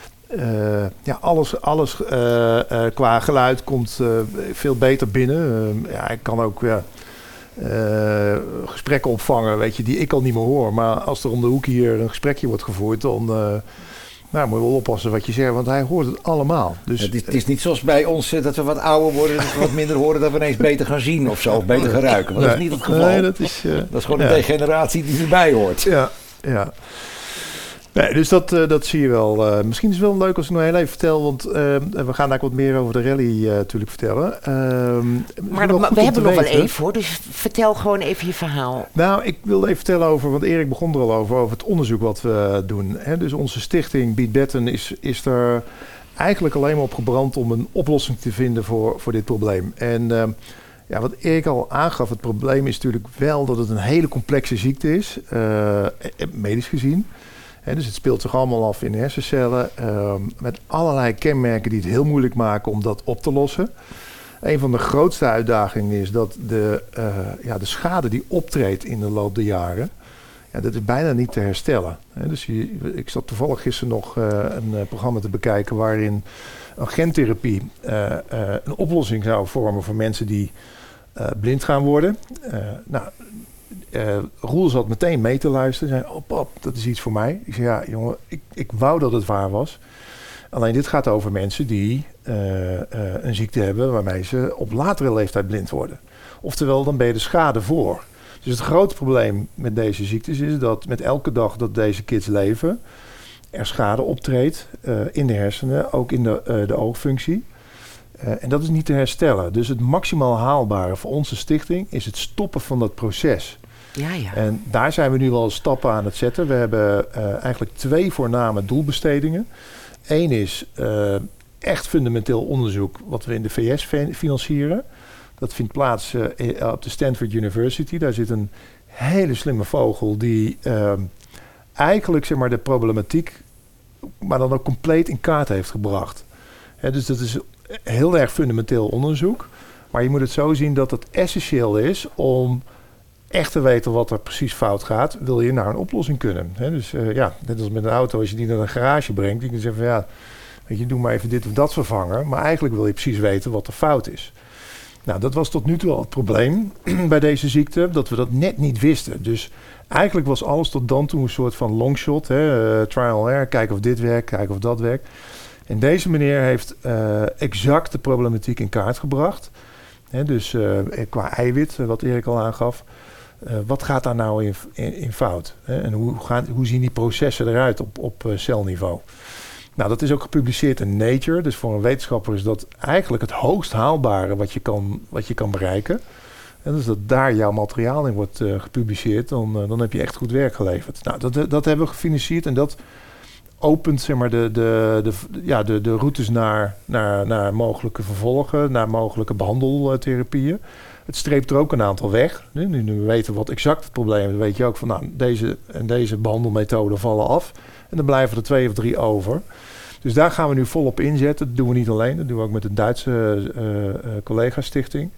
alles qua geluid komt veel beter binnen. Ik kan ook gesprekken opvangen, weet je, die ik al niet meer hoor. Maar als er om de hoek hier een gesprekje wordt gevoerd, dan moet je wel oppassen wat je zegt, want hij hoort het allemaal. Dus, het is niet zoals bij ons dat we wat ouder worden, dat we wat minder horen, dat we ineens beter gaan zien of zo, of beter gaan ruiken. Want dat is niet het geval. Nee, dat is gewoon een degeneratie die erbij hoort. Ja. Nee, dus dat zie je wel. Misschien is het wel leuk als ik nog heel even vertel, want we gaan eigenlijk wat meer over de rally natuurlijk vertellen. Maar we hebben nog wel even hoor, dus vertel gewoon even je verhaal. Nou, ik wil even vertellen over, want Erik begon er al over het onderzoek wat we doen. Hè? Dus onze stichting Beat Betten is er eigenlijk alleen maar op gebrand om een oplossing te vinden voor dit probleem. En wat Erik al aangaf, het probleem is natuurlijk wel dat het een hele complexe ziekte is, medisch gezien. Dus het speelt zich allemaal af in de hersencellen met allerlei kenmerken die het heel moeilijk maken om dat op te lossen. Een van de grootste uitdagingen is dat de schade die optreedt in de loop der jaren, dat is bijna niet te herstellen. Dus ik zat toevallig gisteren nog een programma te bekijken waarin een gentherapie een oplossing zou vormen voor mensen die blind gaan worden. Roel zat meteen mee te luisteren. Zei, oh pap, dat is iets voor mij. Ik zei, ja jongen, ik wou dat het waar was. Alleen dit gaat over mensen die een ziekte hebben waarmee ze op latere leeftijd blind worden. Oftewel, dan ben je de schade voor. Dus het grote probleem met deze ziektes is dat met elke dag dat deze kids leven, er schade optreedt in de hersenen, ook in de oogfunctie. En dat is niet te herstellen. Dus het maximaal haalbare voor onze stichting is het stoppen van dat proces. Ja, ja. En daar zijn we nu al stappen aan het zetten. We hebben eigenlijk 2 voorname doelbestedingen. Eén is echt fundamenteel onderzoek wat we in de VS financieren. Dat vindt plaats op de Stanford University. Daar zit een hele slimme vogel die eigenlijk zeg maar, de problematiek, maar dan ook compleet in kaart heeft gebracht. Dus dat is heel erg fundamenteel onderzoek. Maar je moet het zo zien dat het essentieel is om echt te weten wat er precies fout gaat, wil je naar een oplossing kunnen. Dus net als met een auto, als je die naar een garage brengt, die kan zeggen van ja, weet je, doe maar even dit of dat vervangen. Maar eigenlijk wil je precies weten wat er fout is. Nou, dat was tot nu toe al het probleem bij deze ziekte, dat we dat net niet wisten. Dus eigenlijk was alles tot dan toe een soort van longshot, trial and error, kijken of dit werkt, kijken of dat werkt. En deze meneer heeft exact de problematiek in kaart gebracht. Dus qua eiwit, wat Erik al aangaf. Wat gaat daar nou in fout? En hoe zien die processen eruit op celniveau? Nou, dat is ook gepubliceerd in Nature. Dus voor een wetenschapper is dat eigenlijk het hoogst haalbare wat je kan bereiken. En dus dat daar jouw materiaal in wordt gepubliceerd, dan heb je echt goed werk geleverd. Nou, dat hebben we gefinancierd en dat opent zeg maar, de routes naar mogelijke vervolgen, naar mogelijke behandeltherapieën. Het streept er ook een aantal weg. Nu we weten wat exact het probleem is, dan weet je ook van nou, deze behandelmethoden vallen af. En dan blijven er 2 of 3 over. Dus daar gaan we nu volop inzetten. Dat doen we niet alleen, dat doen we ook met de Duitse collega-stichting.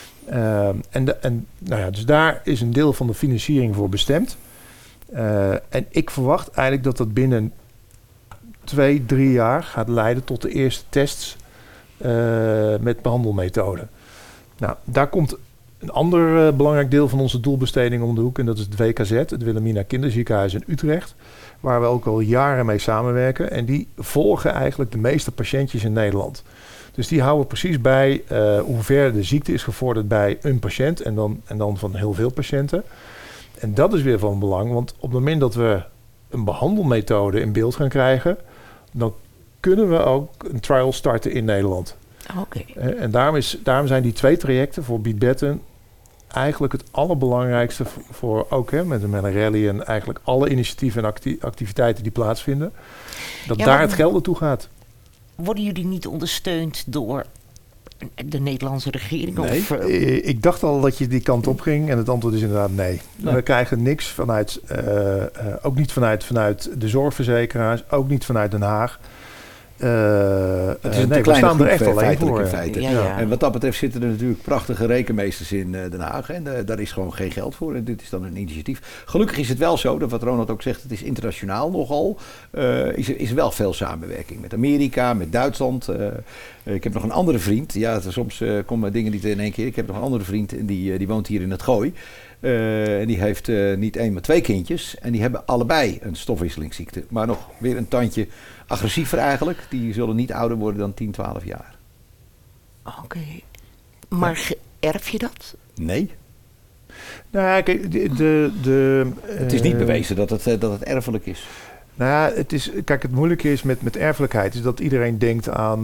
Dus daar is een deel van de financiering voor bestemd. En ik verwacht eigenlijk dat binnen 2-3 jaar gaat leiden tot de eerste tests met behandelmethoden. Nou, daar komt een ander belangrijk deel van onze doelbesteding om de hoek. En dat is het WKZ, het Wilhelmina Kinderziekenhuis in Utrecht. Waar we ook al jaren mee samenwerken. En die volgen eigenlijk de meeste patiëntjes in Nederland. Dus die houden precies bij hoe ver de ziekte is gevorderd bij een patiënt. En dan van heel veel patiënten. En dat is weer van belang. Want op het moment dat we een behandelmethode in beeld gaan krijgen, dan kunnen we ook een trial starten in Nederland. Oké. En daarom zijn die 2 trajecten voor Beat-Betten eigenlijk het allerbelangrijkste voor ook met een rally en eigenlijk alle initiatieven en activiteiten die plaatsvinden. Dat daar het geld naartoe gaat. Worden jullie niet ondersteund door de Nederlandse regering? Nee, of, ik dacht al dat je die kant op ging en het antwoord is inderdaad nee. We krijgen niks vanuit, ook niet vanuit de zorgverzekeraars, ook niet vanuit Den Haag. Het is een we kleine staan er echt alleen feitelijk voor. in feite. Ja. En wat dat betreft zitten er natuurlijk prachtige rekenmeesters in Den Haag. En daar is gewoon geen geld voor. En dit is dan een initiatief. Gelukkig is het wel zo, dat wat Ronald ook zegt, het is internationaal nogal. Is er wel veel samenwerking met Amerika, met Duitsland. Ik heb nog een andere vriend. Ja, soms komen dingen niet in één keer. Ik heb nog een andere vriend en die woont hier in het Gooi. En die heeft niet 1, maar 2 kindjes. En die hebben allebei een stofwisselingsziekte. Maar nog weer een tandje agressiever eigenlijk. Die zullen niet ouder worden dan 10, 12 jaar. Oké. Maar erf je dat? Nee. Nou ja, kijk, Het is niet bewezen dat het erfelijk is. Nou ja, het moeilijke is met erfelijkheid is dat iedereen denkt aan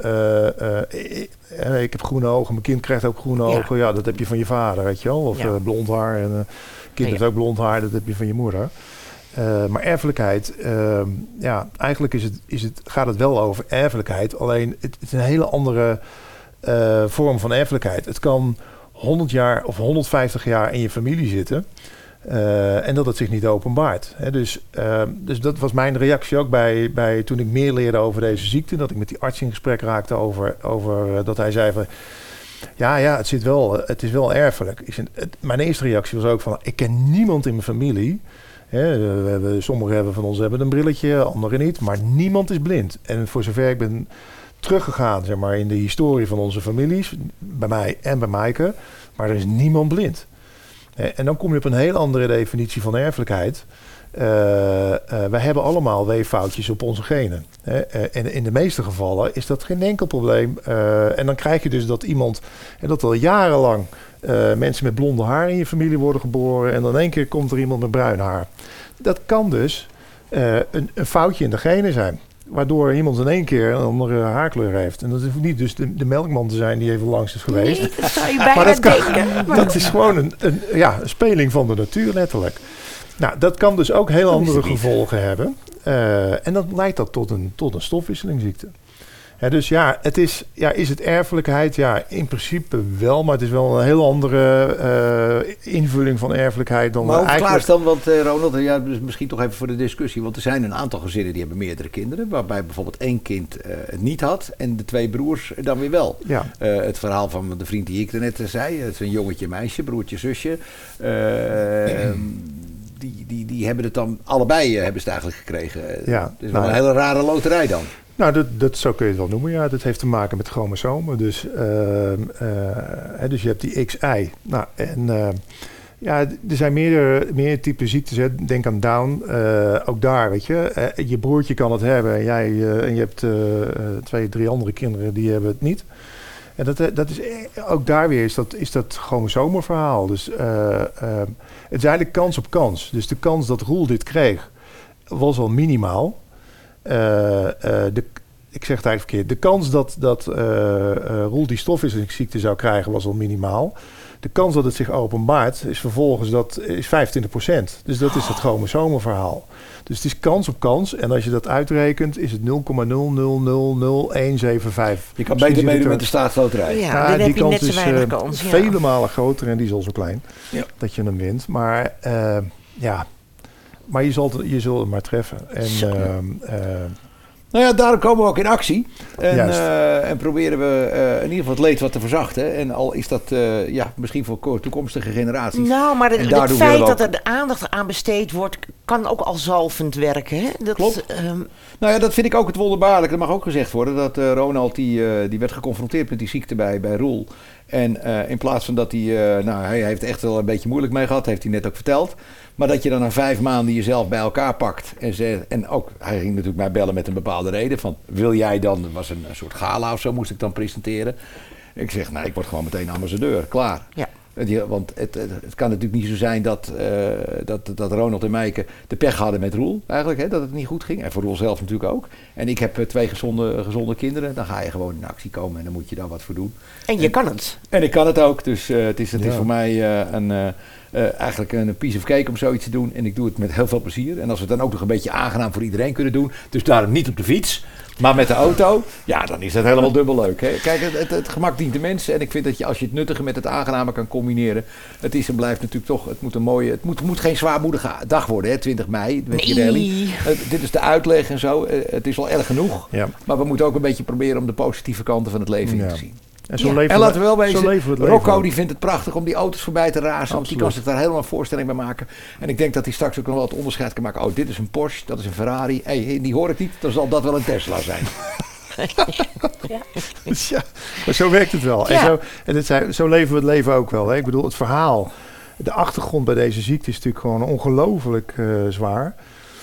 ik heb groene ogen, mijn kind krijgt ook groene ogen. Ja, dat heb je van je vader, weet je wel. Of blond haar en kind heeft ook blond haar, dat heb je van je moeder. Maar erfelijkheid, eigenlijk gaat het wel over erfelijkheid. Alleen het is een hele andere vorm van erfelijkheid. Het kan 100 jaar of 150 jaar in je familie zitten. En dat het zich niet openbaart. Dus dat was mijn reactie ook bij toen ik meer leerde over deze ziekte. Dat ik met die arts in gesprek raakte over dat hij zei van ja, het is wel erfelijk. Mijn eerste reactie was ook van ik ken niemand in mijn familie. Sommigen van ons hebben een brilletje, anderen niet. Maar niemand is blind. En voor zover ik ben teruggegaan zeg maar, in de historie van onze families, bij mij en bij Maaike, maar er is niemand blind. En dan kom je op een heel andere definitie van erfelijkheid. Wij hebben allemaal weeffoutjes op onze genen. En in de meeste gevallen is dat geen enkel probleem. En dan krijg je dus dat iemand, en dat al jarenlang mensen met blonde haar in je familie worden geboren. En dan in één keer komt er iemand met bruin haar. Dat kan dus een foutje in de genen zijn. Waardoor iemand in één keer een andere haarkleur heeft. En dat hoeft niet dus de melkman te zijn die even langs is geweest. Nee, dat zou je bijna Maar dat kan, denken. dat is gewoon een speling van de natuur letterlijk. Nou, dat kan dus ook heel andere gevolgen hebben. En dan leidt dat tot een stofwisselingsziekte. Dus ja, is het erfelijkheid? Ja, in principe wel, maar het is wel een heel andere invulling van erfelijkheid dan Maar hoe verklaar eigenlijk... je het dan, want Ronald, dus misschien toch even voor de discussie, want er zijn een aantal gezinnen die hebben meerdere kinderen, waarbij bijvoorbeeld 1 kind het niet had en de 2 broers dan weer wel. Ja. Het verhaal van de vriend die ik er net zei, het is een jongetje, meisje, broertje, zusje. Die hebben het dan, allebei hebben ze het eigenlijk gekregen. Ja, Het is wel een hele rare loterij dan. Nou, dat zo kun je het wel noemen. Ja, dat heeft te maken met chromosomen. Dus, dus je hebt die XY. Nou, en er zijn meerdere typen ziektes. Hè. Denk aan Down. Ook daar, weet je. Je broertje kan het hebben en en je hebt 2, 3 andere kinderen die hebben het niet. En dat is ook daar weer is dat chromosomenverhaal. Dus het is eigenlijk kans op kans. Dus de kans dat Roel dit kreeg was al minimaal. Ik zeg het eigenlijk verkeerd. De kans dat Roel die stofwisselingsziekte zou krijgen was al minimaal. De kans dat het zich openbaart is vervolgens is 25%. Dus dat is het chromosomenverhaal. Dus het is kans op kans. En als je dat uitrekent is het 0,000175. Je kan beter meedoen met de staatsloterij. Ja, dan heb je net zo weinig kans. Ja. Vele malen groter en die is al zo klein dat je hem wint. Maar maar je zult het maar treffen. En nou ja, daarom komen we ook in actie. En proberen we in ieder geval het leed wat te verzachten. En al is dat misschien voor toekomstige generaties. Nou, maar En het daardoor feit willen we dat er de aandacht aan besteed wordt, kan ook al zalvend werken. Hè? Klopt. Nou ja, dat vind ik ook het wonderbaarlijke. Dat mag ook gezegd worden. Dat Ronald, die werd geconfronteerd met die ziekte bij Roel. En in plaats van dat hij heeft echt wel een beetje moeilijk mee gehad. Heeft hij net ook verteld. Maar dat je dan na 5 maanden jezelf bij elkaar pakt. En ook, hij ging natuurlijk mij bellen met een bepaalde reden. Van, wil jij dan, er was een soort gala of zo, moest ik dan presenteren. Ik zeg, ik word gewoon meteen ambassadeur, klaar. Ja. Want het kan natuurlijk niet zo zijn dat Ronald en Meike de pech hadden met Roel eigenlijk. Hè, dat het niet goed ging. En voor Roel zelf natuurlijk ook. En ik heb 2 gezonde kinderen. Dan ga je gewoon in actie komen en dan moet je daar wat voor doen. En je kan het. En ik kan het ook. Dus het is voor mij eigenlijk een piece of cake om zoiets te doen. En ik doe het met heel veel plezier. En als we het dan ook nog een beetje aangenaam voor iedereen kunnen doen. Dus daarom niet op de fiets, maar met de auto. Ja, dan is dat helemaal dubbel leuk. Hè? Kijk, het gemak dient de mensen. En ik vind dat als je het nuttige met het aangename kan combineren. Het is en blijft natuurlijk toch. Het moet een mooie. Het moet geen zwaarmoedige dag worden, hè? 20 mei. Nee. Dit is de uitleg en zo. Het is wel erg genoeg. Ja. Maar we moeten ook een beetje proberen om de positieve kanten van het leven in te zien. En laten we wel wezen, Rocco ook. Die vindt het prachtig om die auto's voorbij te razen. Want die kan zich daar helemaal een voorstelling bij maken. En ik denk dat hij straks ook nog wel het onderscheid kan maken. Oh, dit is een Porsche, dat is een Ferrari. Die hoor ik niet, dan zal dat wel een Tesla zijn. Ja, maar zo werkt het wel. Ja. En zo leven we het leven ook wel. Hè? Ik bedoel, het verhaal, de achtergrond bij deze ziekte is natuurlijk gewoon ongelooflijk zwaar.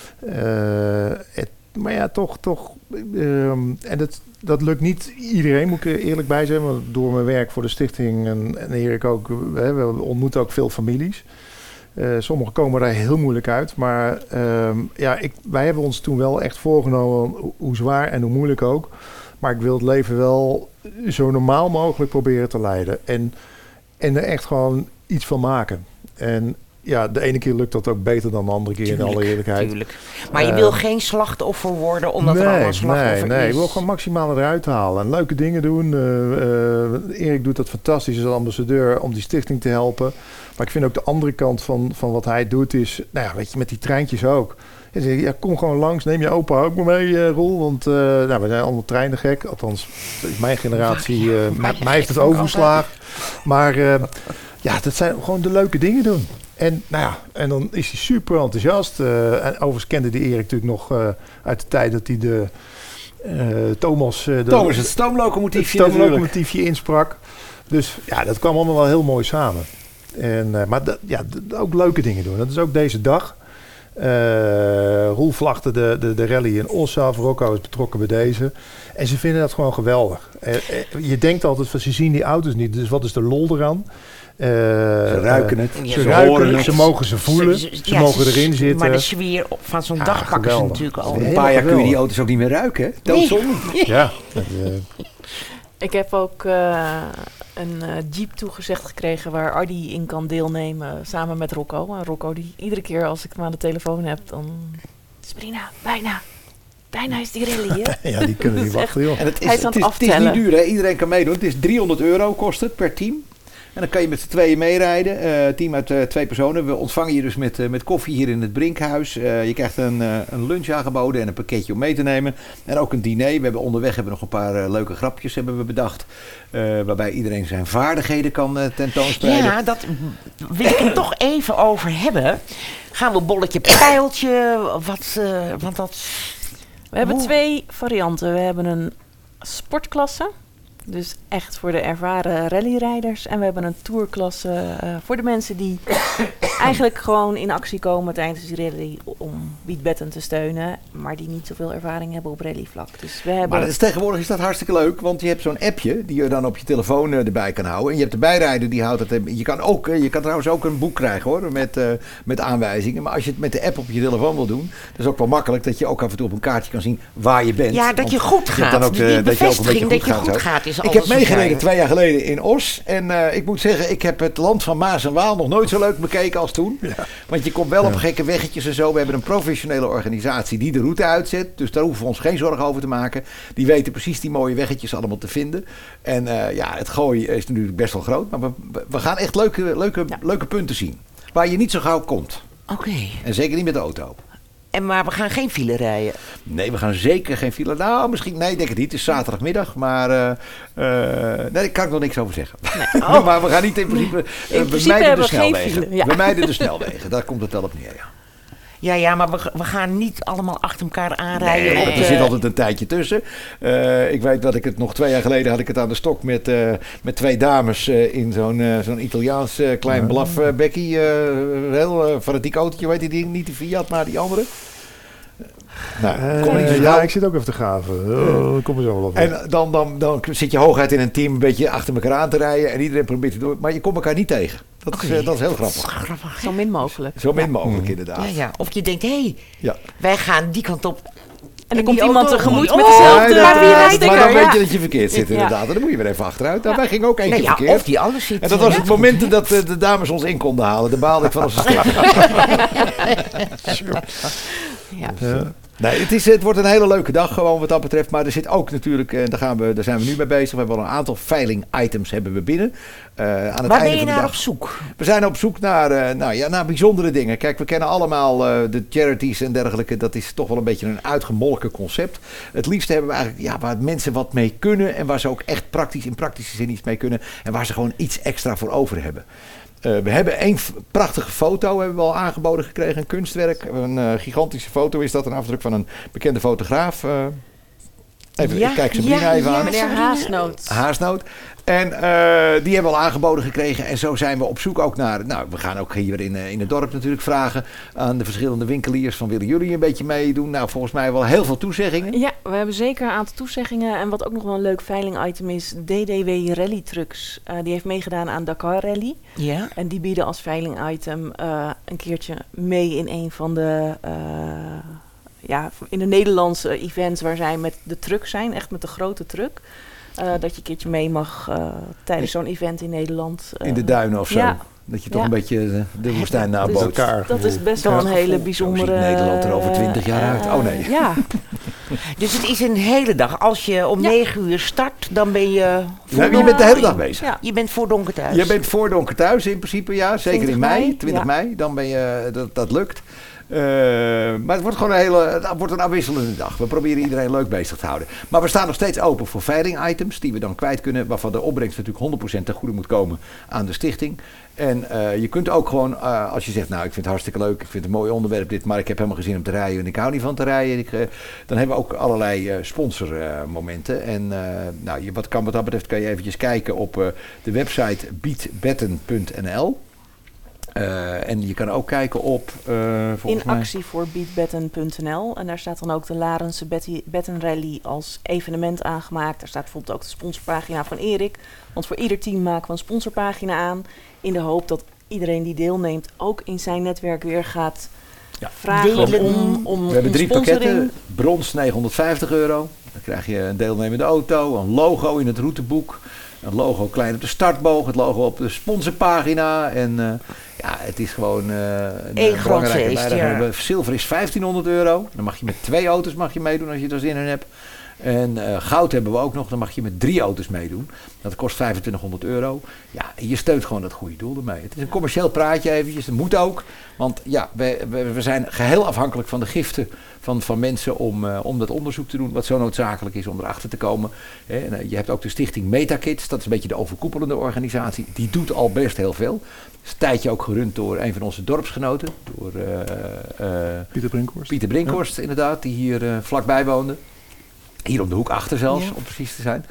Maar ja, toch. En dat lukt niet iedereen, moet ik er eerlijk bij zijn. Want door mijn werk voor de stichting en Erik ook, we ontmoeten ook veel families. Sommigen komen daar heel moeilijk uit. Maar wij hebben ons toen wel echt voorgenomen, hoe zwaar en hoe moeilijk ook. Maar ik wil het leven wel zo normaal mogelijk proberen te leiden. En er echt gewoon iets van maken. En ja, de ene keer lukt dat ook beter dan de andere keer, in alle eerlijkheid. Tuurlijk. Maar je wil geen slachtoffer worden omdat er allemaal slachtoffer is. Nee, ik wil gewoon maximaal eruit halen. En leuke dingen doen. Erik doet dat fantastisch als ambassadeur om die stichting te helpen. Maar ik vind ook de andere kant van wat hij doet is, weet je, met die treintjes ook. Ja, kom gewoon langs, neem je opa ook maar mee, Roel. Want we zijn allemaal treinen gek. Althans, mijn generatie, mij heeft het overgeslagen. Maar dat zijn gewoon de leuke dingen doen. En en dan is hij super enthousiast. En overigens kende die Erik natuurlijk nog uit de tijd dat hij de Thomas het stoomlocomotiefje insprak. Dus ja, dat kwam allemaal wel heel mooi samen. Maar ook leuke dingen doen. Dat is ook deze dag. Roel vlagde de rally in Os af. Rocco is betrokken bij deze. En ze vinden dat gewoon geweldig. Je denkt altijd van ze zien die auto's niet. Dus wat is de lol eraan? Ze ruiken het. Ja, Ze ze ruiken horen het. het. Ze mogen ze voelen. Ze mogen erin zitten. Maar de sfeer van zo'n dag pakken ze geweldig. natuurlijk al. Een Helemaal paar jaar kun je die geweldig. auto's ook niet meer ruiken, hè? Doodzonde. Ja. Ik heb ook een Jeep toegezegd gekregen waar Ardi in kan deelnemen samen met Rocco. En Rocco die iedere keer als ik hem aan de telefoon heb, dan... Sabrina, bijna is die rally, hè? Ja, die kunnen niet Dat is wachten, joh. En het Hij is aan het het is niet aftellen. duur, hè? Iedereen kan meedoen. Het is €300 kost het per team. En dan kan je met z'n tweeën meerijden. Team uit 2 personen. We ontvangen je dus met koffie hier in het Brinkhuis. Je krijgt een lunch aangeboden en een pakketje om mee te nemen. En ook een diner. We hebben onderweg nog een paar leuke grapjes hebben we bedacht. Waarbij iedereen zijn vaardigheden kan tentoonspreiden. Ja, dat wil ik het toch even over hebben. Gaan we bolletje pijltje, want dat... We hebben Hoe? 2 varianten. We hebben een sportklasse. Dus echt voor de ervaren rallyrijders. En we hebben een tourklasse voor de mensen die eigenlijk gewoon in actie komen tijdens die rally om Beatbatten te steunen. Maar die niet zoveel ervaring hebben op rallyvlak. Dus we hebben... Maar dat is, tegenwoordig is dat hartstikke leuk, want je hebt zo'n appje die je dan op je telefoon erbij kan houden. En je hebt de bijrijder die houdt het. Je kan trouwens ook een boek krijgen hoor, met aanwijzingen. Maar als je het met de app op je telefoon wil doen, dat is ook wel makkelijk dat je ook af en toe op een kaartje kan zien waar je bent. Ja, dat je Want goed je hebt gaat. dan ook Die dat je ook een bevestiging beetje dat je zo. goed gaat is Ik alles heb te meegereden krijgen. 2 jaar geleden in Os. En ik moet zeggen, ik heb het land van Maas en Waal nog nooit zo leuk bekeken als toen. Ja. Want je komt wel op gekke weggetjes en zo. We hebben een professionele organisatie die de route uitzet. Dus daar hoeven we ons geen zorgen over te maken. Die weten precies die mooie weggetjes allemaal te vinden. En het gooi is natuurlijk best wel groot. Maar we gaan echt leuke punten zien. Waar je niet zo gauw komt. Oké. En zeker niet met de auto. Maar we gaan geen file rijden. Nee, we gaan zeker geen file. Nou, misschien. Nee, ik denk het niet. Het is zaterdagmiddag. Maar nee, daar kan ik nog niks over zeggen. Oh. Maar we gaan niet in principe. In We principe mijden de hebben we geen snelwegen. file, ja. We mijden de snelwegen. Daar komt het wel op neer. Ja. Ja, maar we gaan niet allemaal achter elkaar aanrijden. Nee, op er de- zit altijd een tijdje tussen. Ik weet dat ik het nog 2 jaar geleden had ik het aan de stok met 2 dames in zo'n Italiaans klein blafbekkie. Heel fanatiek autootje, weet je die niet de Fiat, maar die andere. Nou, kom niet zo gauw. Ik zit ook even te gaven. Kom er zo wel op. En dan zit je hooguit in een team een beetje achter elkaar aan te rijden en iedereen probeert te doen, maar je komt elkaar niet tegen. Dat is heel grappig. Grappig. Zo min mogelijk. Zo min mogelijk inderdaad. Ja. Of je denkt, hé, Ja. wij gaan die kant op. En dan die komt iemand auto- tegemoet Oh, met dezelfde... Nee, maar wie dat- rijdt er? maar dan Ja. weet je dat je verkeerd zit Ja. inderdaad. En dan moet je weer even achteruit. Nou, wij gingen ook één Nee, keer ja, verkeerd. of die alles zit. En dat was het moment dat de dames ons in konden halen. Daar baalde ik van als een steek. Ja. Nee, het wordt een hele leuke dag gewoon wat dat betreft. Maar er zit ook natuurlijk, en daar zijn we nu mee bezig. We hebben al een aantal veiling-items hebben we binnen. Aan het Waar einde ben je van de naar dag. op zoek? We zijn op zoek naar bijzondere dingen. Kijk, we kennen allemaal de charities en dergelijke. Dat is toch wel een beetje een uitgemolken concept. Het liefst hebben we eigenlijk waar mensen wat mee kunnen. En waar ze ook echt in praktische zin iets mee kunnen. En waar ze gewoon iets extra voor over hebben. We hebben 1 prachtige foto hebben we al aangeboden gekregen. Een kunstwerk. Een gigantische foto is dat. Een afdruk van een bekende fotograaf. Even, Ja, ik kijk Sabrina ja, even ja. aan. Meneer Haasnoot. Haasnoot. En die hebben we al aangeboden gekregen. En zo zijn we op zoek ook naar... Nou, we gaan ook hier in het dorp natuurlijk vragen aan de verschillende winkeliers van willen jullie een beetje meedoen? Nou, volgens mij wel heel veel toezeggingen. Ja, we hebben zeker een aantal toezeggingen. En wat ook nog wel een leuk veiling-item is, DDW Rally Trucks. Die heeft meegedaan aan Dakar Rally. Ja. En die bieden als veiling-item een keertje mee in een van de... in de Nederlandse events waar zij met de truck zijn. Echt met de grote truck. Dat je een keertje mee mag tijdens zo'n event in Nederland. In de duinen of zo. Ja. Dat je toch Ja. een beetje de woestijn Dus nabootst. dat is best wel een hele bijzondere... Zo ziet Nederland er over 20 jaar uit. Oh nee. Ja, Dus het is een hele dag. Als je om 9 uur start, dan ben je... Je bent de hele dag bezig. ja. Je bent voor donker thuis. Je bent voor donker thuis in principe, ja. Zeker 20 in mei, mei, 20 ja. mei. Dan ben je, dat lukt. Maar het wordt gewoon een afwisselende dag. We proberen iedereen leuk bezig te houden. Maar we staan nog steeds open voor veiling-items die we dan kwijt kunnen. Waarvan de opbrengst natuurlijk 100% ten goede moet komen aan de stichting. En je kunt ook gewoon, als je zegt, nou ik vind het hartstikke leuk. Ik vind het een mooi onderwerp dit. Maar ik heb helemaal geen zin om te rijden. En ik hou niet van te rijden. Dan hebben we ook allerlei sponsormomenten. En wat dat betreft kan je eventjes kijken op de website beatbatten.nl. En je kan ook kijken op, volgens mij... actie voor beatbatten.nl. En daar staat dan ook de Larense Batten Rally als evenement aangemaakt. Daar staat bijvoorbeeld ook de sponsorpagina van Erik. Want voor ieder team maken we een sponsorpagina aan. In de hoop dat iedereen die deelneemt ook in zijn netwerk weer gaat vragen om we hebben 3 sponsoring. pakketten. Brons €950. Dan krijg je een deelnemende auto, een logo in het routeboek. Een logo klein op de startboog, het logo op de sponsorpagina. En het is gewoon een groot feest, ja. Zilver is €1500. Dan mag je met 2 auto's meedoen als je er zin in hebt. En goud hebben we ook nog, dan mag je met 3 auto's meedoen. Dat kost €2500. Ja, je steunt gewoon het goede doel ermee. Het is een commercieel praatje eventjes, dat moet ook. Want ja, we zijn geheel afhankelijk van de giften van mensen om dat onderzoek te doen. Wat zo noodzakelijk is om erachter te komen. Je hebt ook de stichting Metakids, dat is een beetje de overkoepelende organisatie. Die doet al best heel veel. Het is een tijdje ook gerund door een van onze dorpsgenoten. Door Pieter Brinkhorst, inderdaad, die hier vlakbij woonde. Hier om de hoek achter zelfs, om precies te zijn.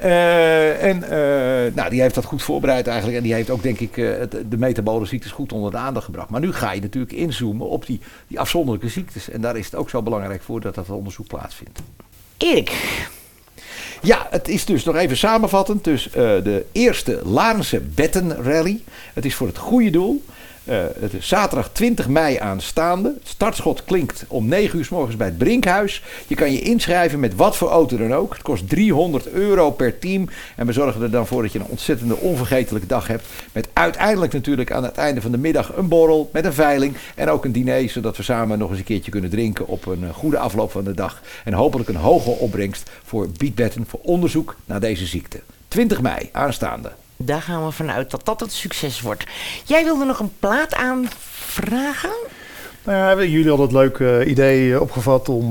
Die heeft dat goed voorbereid eigenlijk. En die heeft ook, denk ik, de metabole ziektes goed onder de aandacht gebracht. Maar nu ga je natuurlijk inzoomen op die afzonderlijke ziektes. En daar is het ook zo belangrijk voor dat dat onderzoek plaatsvindt. Erik. Ja, het is dus nog even samenvattend. Dus de eerste Larense Batten Rally. Het is voor het goede doel. Het is zaterdag 20 mei aanstaande. Het startschot klinkt om 9 uur 's morgens bij het Brinkhuis. Je kan je inschrijven met wat voor auto dan ook. Het kost €300 per team. En we zorgen er dan voor dat je een ontzettende onvergetelijke dag hebt. Met uiteindelijk natuurlijk aan het einde van de middag een borrel met een veiling. En ook een diner, zodat we samen nog eens een keertje kunnen drinken op een goede afloop van de dag. En hopelijk een hoge opbrengst voor Beatbatten, voor onderzoek naar deze ziekte. 20 mei aanstaande. Daar gaan we vanuit dat dat het succes wordt. Jij wilde nog een plaat aanvragen? Nou ja, jullie hadden het leuk idee opgevat om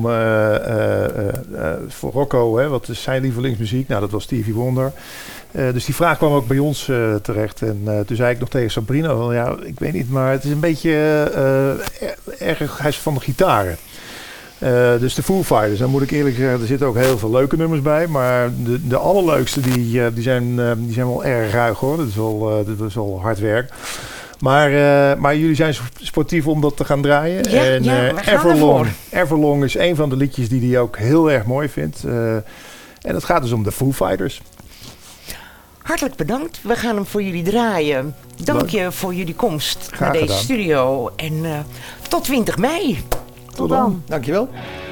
voor Rocco, wat is zijn lievelingsmuziek? Nou, dat was Stevie Wonder. Dus die vraag kwam ook bij ons terecht. En toen zei ik nog tegen Sabrina, van, ja, ik weet niet, maar het is een beetje erg, hij is van de gitaren. Dus de Foo Fighters, dan moet ik eerlijk zeggen, er zitten ook heel veel leuke nummers bij. Maar de allerleukste, die zijn wel erg ruig hoor. Dat is wel hard werk. Maar jullie zijn sportief om dat te gaan draaien. Ja, en we gaan ervoor. Everlong is een van de liedjes die hij ook heel erg mooi vindt. En het gaat dus om de Foo Fighters. Hartelijk bedankt. We gaan hem voor jullie draaien. Dank je voor jullie komst naar deze studio. En tot 20 mei. Tot dan. Dankjewel.